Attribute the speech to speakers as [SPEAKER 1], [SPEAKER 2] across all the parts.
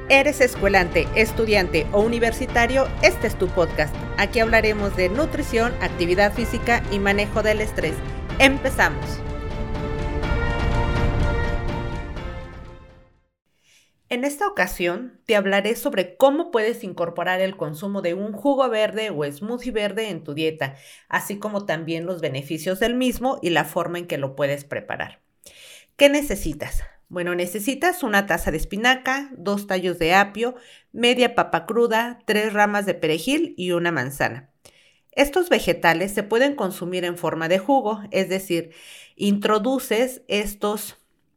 [SPEAKER 1] ¿Eres escuelante, estudiante o universitario? Este es tu podcast. Aquí hablaremos de nutrición, actividad física y manejo del estrés. ¡Empezamos! En esta ocasión te hablaré sobre cómo puedes incorporar el consumo de un jugo verde o smoothie verde en tu dieta, así como también los beneficios del mismo y la forma en que lo puedes preparar. ¿Qué necesitas? Bueno, necesitas una taza de espinaca, 2 tallos de apio, media papa cruda, 3 ramas de perejil y una manzana. Estos vegetales se pueden consumir en forma de jugo, es decir, introduces estos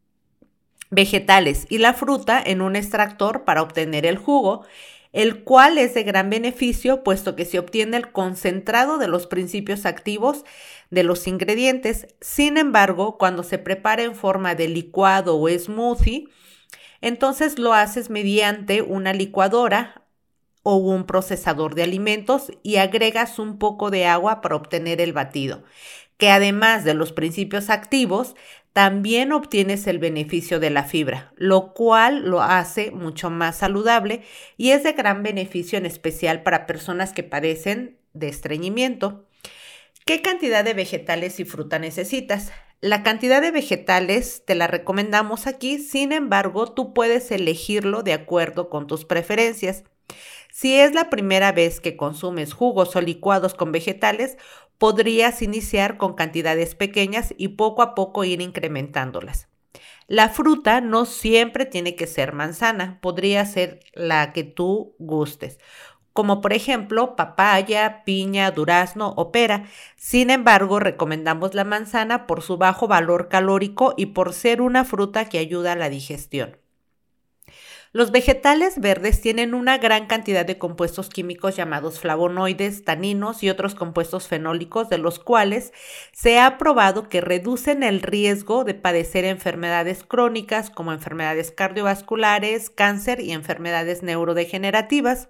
[SPEAKER 1] vegetales y la fruta en un extractor para obtener el jugo, el cual es de gran beneficio puesto que se obtiene el concentrado de los principios activos de los ingredientes. Sin embargo, cuando se prepara en forma de licuado o smoothie, entonces lo haces mediante una licuadora o un procesador de alimentos y agregas un poco de agua para obtener el batido, que además de los principios activos, también obtienes el beneficio de la fibra, lo cual lo hace mucho más saludable y es de gran beneficio en especial para personas que padecen de estreñimiento. ¿Qué cantidad de vegetales y fruta necesitas? La cantidad de vegetales te la recomendamos aquí, sin embargo, tú puedes elegirlo de acuerdo con tus preferencias. Si es la primera vez que consumes jugos o licuados con vegetales, podrías iniciar con cantidades pequeñas y poco a poco ir incrementándolas. La fruta no siempre tiene que ser manzana, podría ser la que tú gustes, como por ejemplo papaya, piña, durazno o pera. Sin embargo, recomendamos la manzana por su bajo valor calórico y por ser una fruta que ayuda a la digestión. Los vegetales verdes tienen una gran cantidad de compuestos químicos llamados flavonoides, taninos y otros compuestos fenólicos, de los cuales se ha probado que reducen el riesgo de padecer enfermedades crónicas como enfermedades cardiovasculares, cáncer y enfermedades neurodegenerativas.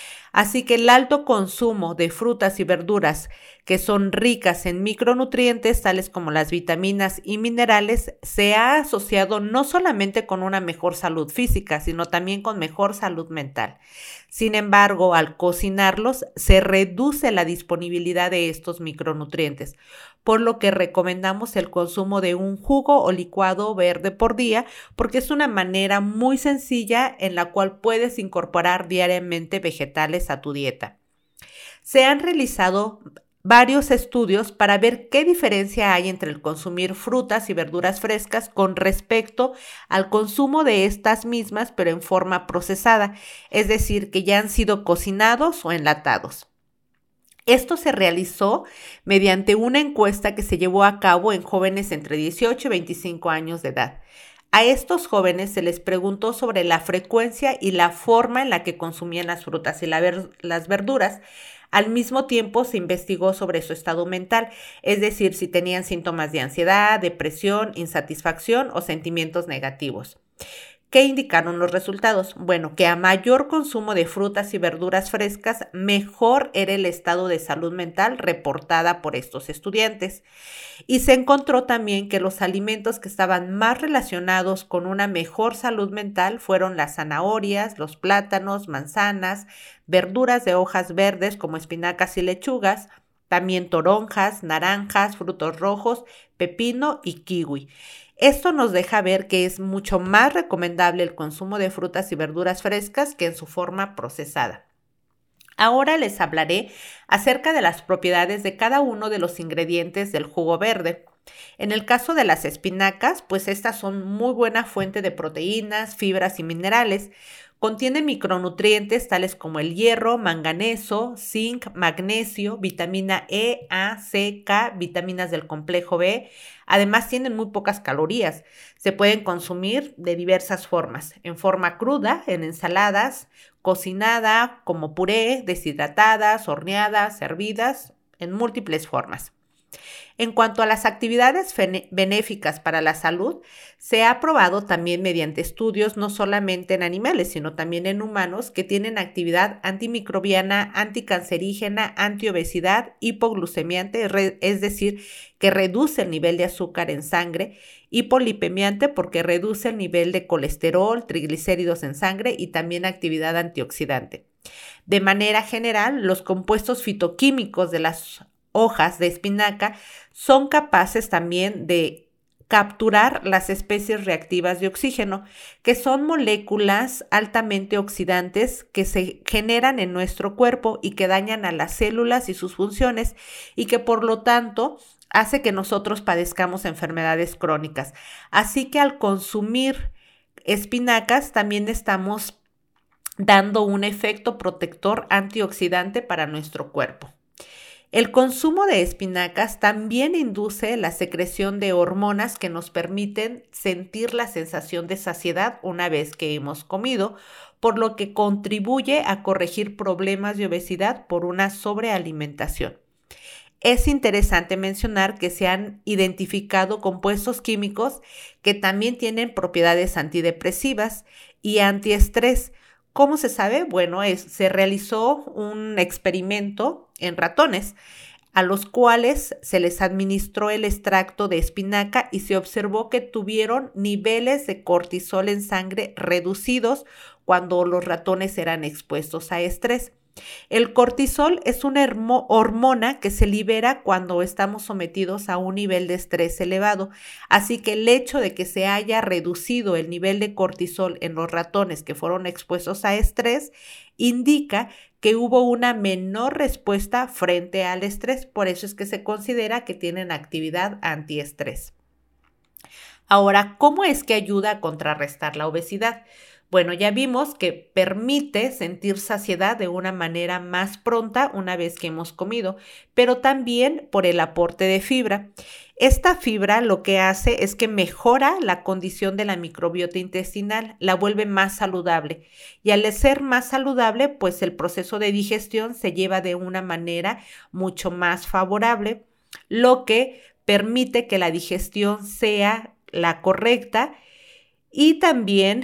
[SPEAKER 1] Así que el alto consumo de frutas y verduras que son ricas en micronutrientes, tales como las vitaminas y minerales, se ha asociado no solamente con una mejor salud física, sino también con mejor salud mental. Sin embargo, al cocinarlos, se reduce la disponibilidad de estos micronutrientes, por lo que recomendamos el consumo de un jugo o licuado verde por día, porque es una manera muy sencilla en la cual puedes incorporar diariamente vegetales a tu dieta. Se han realizado varios estudios para ver qué diferencia hay entre el consumir frutas y verduras frescas con respecto al consumo de estas mismas, pero en forma procesada, es decir, que ya han sido cocinados o enlatados. Esto se realizó mediante una encuesta que se llevó a cabo en jóvenes entre 18 y 25 años de edad. A estos jóvenes se les preguntó sobre la frecuencia y la forma en la que consumían las frutas y las verduras. Al mismo tiempo se investigó sobre su estado mental, es decir, si tenían síntomas de ansiedad, depresión, insatisfacción o sentimientos negativos. ¿Qué indicaron los resultados? Bueno, que a mayor consumo de frutas y verduras frescas, mejor era el estado de salud mental reportada por estos estudiantes. Y se encontró también que los alimentos que estaban más relacionados con una mejor salud mental fueron las zanahorias, los plátanos, manzanas, verduras de hojas verdes como espinacas y lechugas, también toronjas, naranjas, frutos rojos, pepino y kiwi. Esto nos deja ver que es mucho más recomendable el consumo de frutas y verduras frescas que en su forma procesada. Ahora les hablaré acerca de las propiedades de cada uno de los ingredientes del jugo verde. En el caso de las espinacas, pues estas son muy buena fuente de proteínas, fibras y minerales. Contienen micronutrientes tales como el hierro, manganeso, zinc, magnesio, vitamina E, A, C, K, vitaminas del complejo B. Además tienen muy pocas calorías. Se pueden consumir de diversas formas, en forma cruda, en ensaladas, cocinada, como puré, deshidratadas, horneadas, hervidas, en múltiples formas. En cuanto a las actividades benéficas para la salud, se ha probado también mediante estudios no solamente en animales, sino también en humanos que tienen actividad antimicrobiana, anticancerígena, antiobesidad, hipoglucemiante, es decir, que reduce el nivel de azúcar en sangre, hipolipemiante porque reduce el nivel de colesterol, triglicéridos en sangre y también actividad antioxidante. De manera general, los compuestos fitoquímicos de las hojas de espinaca son capaces también de capturar las especies reactivas de oxígeno, que son moléculas altamente oxidantes que se generan en nuestro cuerpo y que dañan a las células y sus funciones y que por lo tanto hace que nosotros padezcamos enfermedades crónicas. Así que al consumir espinacas también estamos dando un efecto protector antioxidante para nuestro cuerpo. El consumo de espinacas también induce la secreción de hormonas que nos permiten sentir la sensación de saciedad una vez que hemos comido, por lo que contribuye a corregir problemas de obesidad por una sobrealimentación. Es interesante mencionar que se han identificado compuestos químicos que también tienen propiedades antidepresivas y antiestrés. ¿Cómo se sabe? Bueno, se realizó un experimento en ratones a los cuales se les administró el extracto de espinaca y se observó que tuvieron niveles de cortisol en sangre reducidos cuando los ratones eran expuestos a estrés. El cortisol es una hormona que se libera cuando estamos sometidos a un nivel de estrés elevado, así que el hecho de que se haya reducido el nivel de cortisol en los ratones que fueron expuestos a estrés indica que hubo una menor respuesta frente al estrés, por eso es que se considera que tienen actividad antiestrés. Ahora, ¿cómo es que ayuda a contrarrestar la obesidad? Bueno, ya vimos que permite sentir saciedad de una manera más pronta una vez que hemos comido, pero también por el aporte de fibra. Esta fibra lo que hace es que mejora la condición de la microbiota intestinal, la vuelve más saludable y al ser más saludable, pues el proceso de digestión se lleva de una manera mucho más favorable, lo que permite que la digestión sea la correcta y también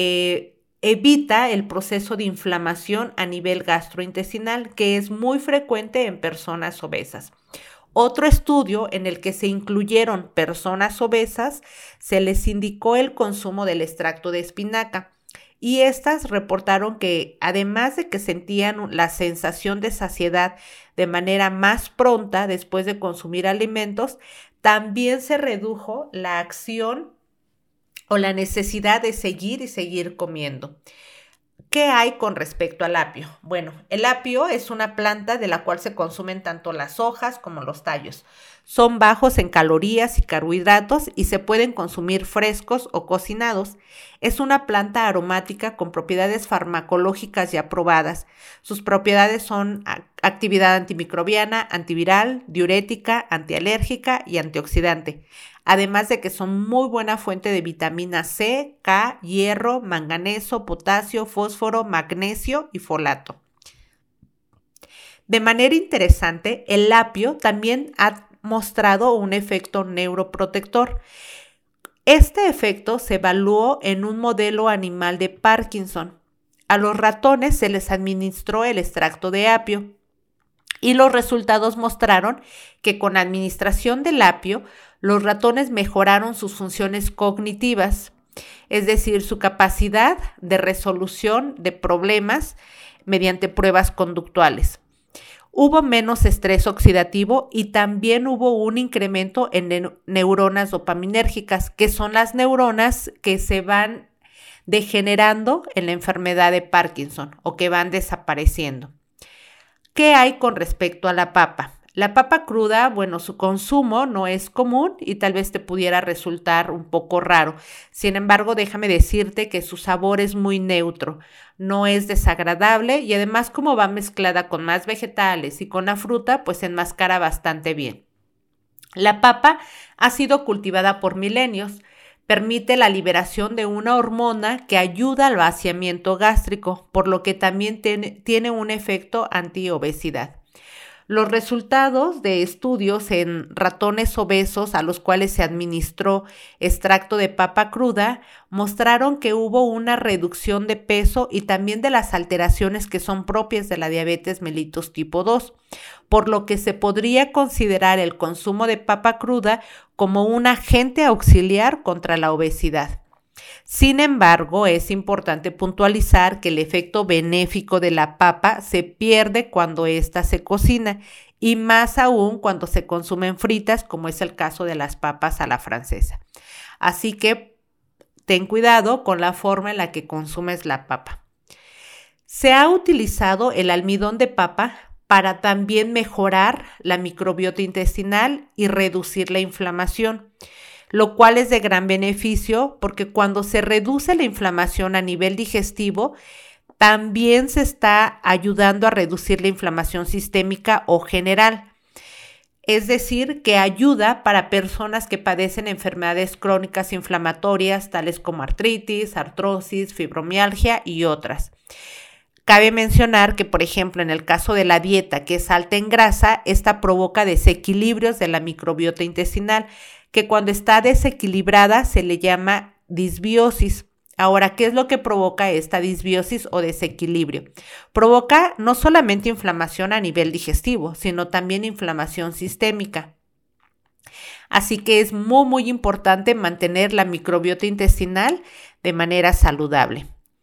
[SPEAKER 1] evita el proceso de inflamación a nivel gastrointestinal, que es muy frecuente en personas obesas. Otro estudio en el que se incluyeron personas obesas, se les indicó el consumo del extracto de espinaca y estas reportaron que además de que sentían la sensación de saciedad de manera más pronta después de consumir alimentos, también se redujo la acción o la necesidad de seguir comiendo. ¿Qué hay con respecto al apio? Bueno, el apio es una planta de la cual se consumen tanto las hojas como los tallos. Son bajos en calorías y carbohidratos y se pueden consumir frescos o cocinados. Es una planta aromática con propiedades farmacológicas ya probadas. Sus propiedades son actividad antimicrobiana, antiviral, diurética, antialérgica y antioxidante. Además de que son muy buena fuente de vitamina C, K, hierro, manganeso, potasio, fósforo, magnesio y folato. De manera interesante, el apio también ha mostrado un efecto neuroprotector. Este efecto se evaluó en un modelo animal de Parkinson. A los ratones se les administró el extracto de apio y los resultados mostraron que con administración del apio, los ratones mejoraron sus funciones cognitivas, es decir, su capacidad de resolución de problemas mediante pruebas conductuales. Hubo menos estrés oxidativo y también hubo un incremento en neuronas dopaminérgicas, que son las neuronas que se van degenerando en la enfermedad de Parkinson o que van desapareciendo. ¿Qué hay con respecto a la papa? La papa cruda, bueno, su consumo no es común y tal vez te pudiera resultar un poco raro. Sin embargo, déjame decirte que su sabor es muy neutro, no es desagradable y además como va mezclada con más vegetales y con la fruta, pues enmascara bastante bien. La papa ha sido cultivada por milenios. Permite la liberación de una hormona que ayuda al vaciamiento gástrico, por lo que también tiene un efecto antiobesidad. Los resultados de estudios en ratones obesos a los cuales se administró extracto de papa cruda mostraron que hubo una reducción de peso y también de las alteraciones que son propias de la diabetes mellitus tipo 2, por lo que se podría considerar el consumo de papa cruda como un agente auxiliar contra la obesidad. Sin embargo, es importante puntualizar que el efecto benéfico de la papa se pierde cuando ésta se cocina y más aún cuando se consumen fritas, como es el caso de las papas a la francesa. Así que ten cuidado con la forma en la que consumes la papa. Se ha utilizado el almidón de papa para también mejorar la microbiota intestinal y reducir la inflamación, lo cual es de gran beneficio porque cuando se reduce la inflamación a nivel digestivo, también se está ayudando a reducir la inflamación sistémica o general. Es decir, que ayuda para personas que padecen enfermedades crónicas inflamatorias, tales como artritis, artrosis, fibromialgia y otras. Cabe mencionar que, por ejemplo, en el caso de la dieta que es alta en grasa, esta provoca desequilibrios de la microbiota intestinal, que cuando está desequilibrada se le llama disbiosis. Ahora, ¿qué es lo que provoca esta disbiosis o desequilibrio? Provoca no solamente inflamación a nivel digestivo, sino también inflamación sistémica. Así que es muy importante mantener la microbiota intestinal de manera saludable.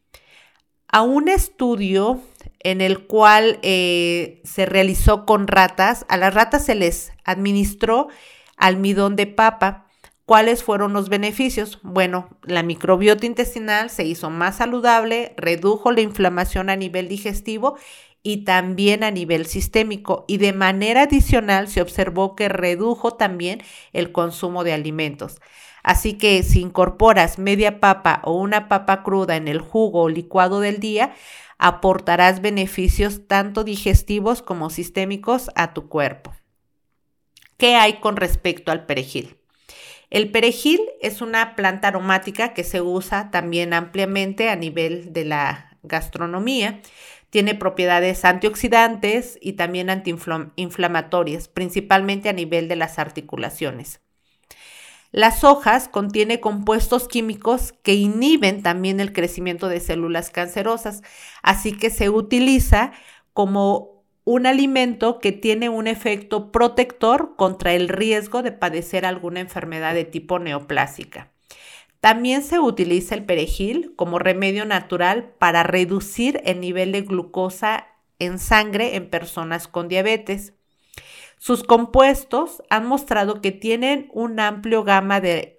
[SPEAKER 1] A un estudio en el cual se realizó con ratas, a las ratas se les administró almidón de papa. ¿Cuáles fueron los beneficios? Bueno, la microbiota intestinal se hizo más saludable, redujo la inflamación a nivel digestivo y también a nivel sistémico, y de manera adicional se observó que redujo también el consumo de alimentos. Así que si incorporas media papa o una papa cruda en el jugo o licuado del día, aportarás beneficios tanto digestivos como sistémicos a tu cuerpo. ¿Qué hay con respecto al perejil? El perejil es una planta aromática que se usa también ampliamente a nivel de la gastronomía. Tiene propiedades antioxidantes y también antiinflamatorias, principalmente a nivel de las articulaciones. Las hojas contienen compuestos químicos que inhiben también el crecimiento de células cancerosas, así que se utiliza como un alimento que tiene un efecto protector contra el riesgo de padecer alguna enfermedad de tipo neoplásica. También se utiliza el perejil como remedio natural para reducir el nivel de glucosa en sangre en personas con diabetes. Sus compuestos han mostrado que tienen una amplia gama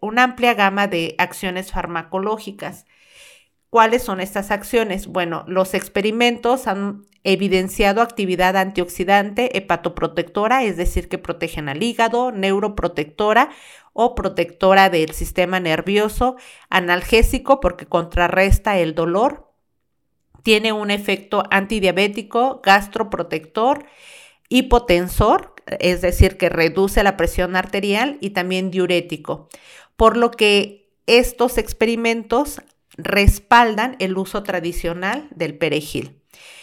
[SPEAKER 1] de acciones farmacológicas. ¿Cuáles son estas acciones? Bueno, los experimentos han evidenciado actividad antioxidante, hepatoprotectora, es decir, que protegen al hígado, neuroprotectora o protectora del sistema nervioso, analgésico porque contrarresta el dolor, tiene un efecto antidiabético, gastroprotector, hipotensor, es decir, que reduce la presión arterial, y también diurético, por lo que estos experimentos respaldan el uso tradicional del perejil.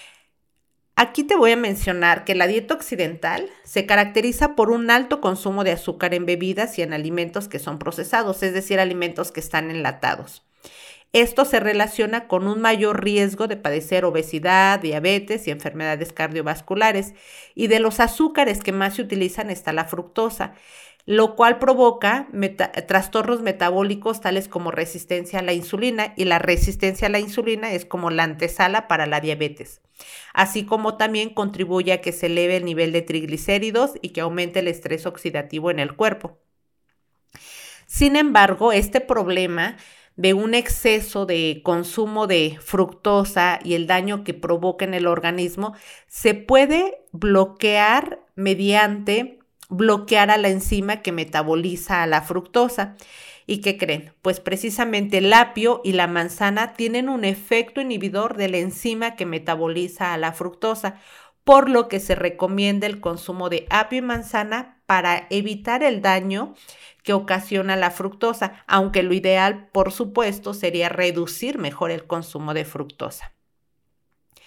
[SPEAKER 1] Aquí te voy a mencionar que la dieta occidental se caracteriza por un alto consumo de azúcar en bebidas y en alimentos que son procesados, es decir, alimentos que están enlatados. Esto se relaciona con un mayor riesgo de padecer obesidad, diabetes y enfermedades cardiovasculares. Y de los azúcares que más se utilizan está la fructosa, lo cual provoca trastornos metabólicos tales como resistencia a la insulina, y la resistencia a la insulina es como la antesala para la diabetes, así como también contribuye a que se eleve el nivel de triglicéridos y que aumente el estrés oxidativo en el cuerpo. Sin embargo, este problema de un exceso de consumo de fructosa y el daño que provoca en el organismo se puede bloquear mediante bloquear a la enzima que metaboliza a la fructosa. ¿Y qué creen? Pues precisamente el apio y la manzana tienen un efecto inhibidor de la enzima que metaboliza a la fructosa, por lo que se recomienda el consumo de apio y manzana para evitar el daño que ocasiona la fructosa, aunque lo ideal, por supuesto, sería reducir mejor el consumo de fructosa.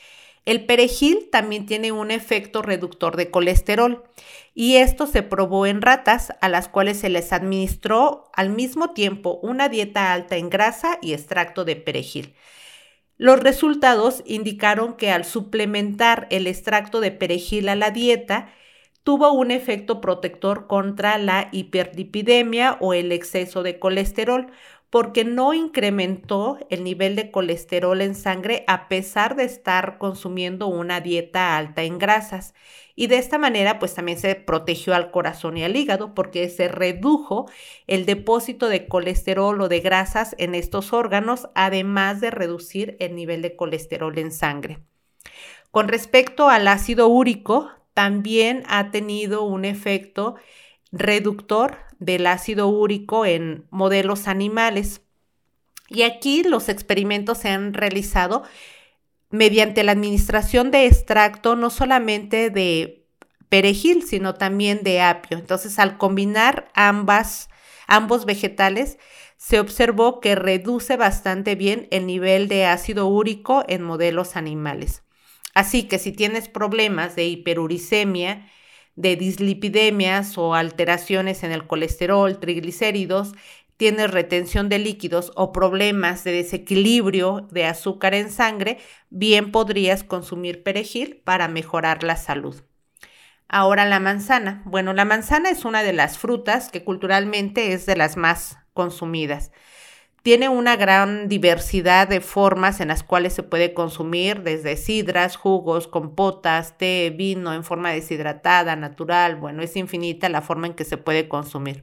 [SPEAKER 1] El perejil también tiene un efecto reductor de colesterol y esto se probó en ratas a las cuales se les administró al mismo tiempo una dieta alta en grasa y extracto de perejil. Los resultados indicaron que al suplementar el extracto de perejil a la dieta, tuvo un efecto protector contra la hiperlipidemia o el exceso de colesterol, porque no incrementó el nivel de colesterol en sangre a pesar de estar consumiendo una dieta alta en grasas. Y de esta manera, pues también se protegió al corazón y al hígado porque se redujo el depósito de colesterol o de grasas en estos órganos, además de reducir el nivel de colesterol en sangre. Con respecto al ácido úrico, también ha tenido un efecto reductor del ácido úrico en modelos animales. Y aquí los experimentos se han realizado mediante la administración de extracto no solamente de perejil, sino también de apio. Entonces, al combinar ambos vegetales, se observó que reduce bastante bien el nivel de ácido úrico en modelos animales. Así que si tienes problemas de hiperuricemia, de dislipidemias o alteraciones en el colesterol, triglicéridos, tienes retención de líquidos o problemas de desequilibrio de azúcar en sangre, bien podrías consumir perejil para mejorar la salud. Ahora la manzana. Bueno, la manzana es una de las frutas que culturalmente es de las más consumidas. Tiene una gran diversidad de formas en las cuales se puede consumir, desde sidras, jugos, compotas, té, vino en forma deshidratada, natural. Bueno, es infinita la forma en que se puede consumir.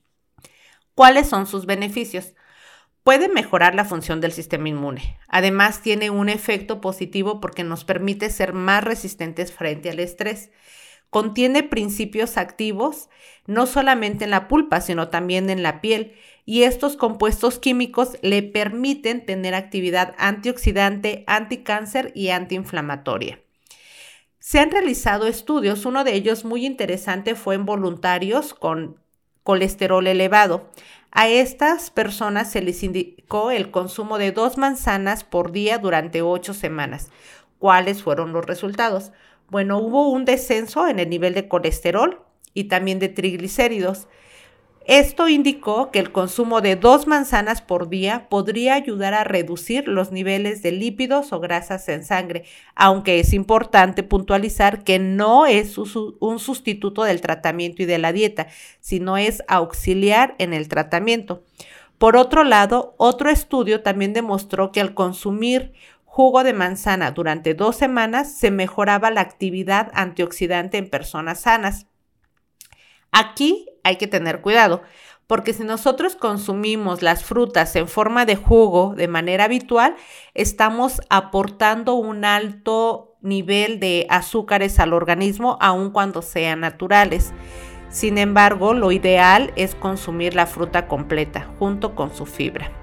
[SPEAKER 1] ¿Cuáles son sus beneficios? Puede mejorar la función del sistema inmune. Además, tiene un efecto positivo porque nos permite ser más resistentes frente al estrés. Contiene principios activos no solamente en la pulpa, sino también en la piel, y estos compuestos químicos le permiten tener actividad antioxidante, anticáncer y antiinflamatoria. Se han realizado estudios, uno de ellos muy interesante fue en voluntarios con colesterol elevado. A estas personas se les indicó el consumo de 2 manzanas por día durante 8 semanas. ¿Cuáles fueron los resultados? Bueno, hubo un descenso en el nivel de colesterol y también de triglicéridos. Esto indicó que el consumo de 2 manzanas por día podría ayudar a reducir los niveles de lípidos o grasas en sangre, aunque es importante puntualizar que no es un sustituto del tratamiento y de la dieta, sino es auxiliar en el tratamiento. Por otro lado, otro estudio también demostró que al consumir jugo de manzana durante 2 semanas se mejoraba la actividad antioxidante en personas sanas. Aquí hay que tener cuidado, porque si nosotros consumimos las frutas en forma de jugo de manera habitual, estamos aportando un alto nivel de azúcares al organismo, aun cuando sean naturales. Sin embargo, lo ideal es consumir la fruta completa junto con su fibra.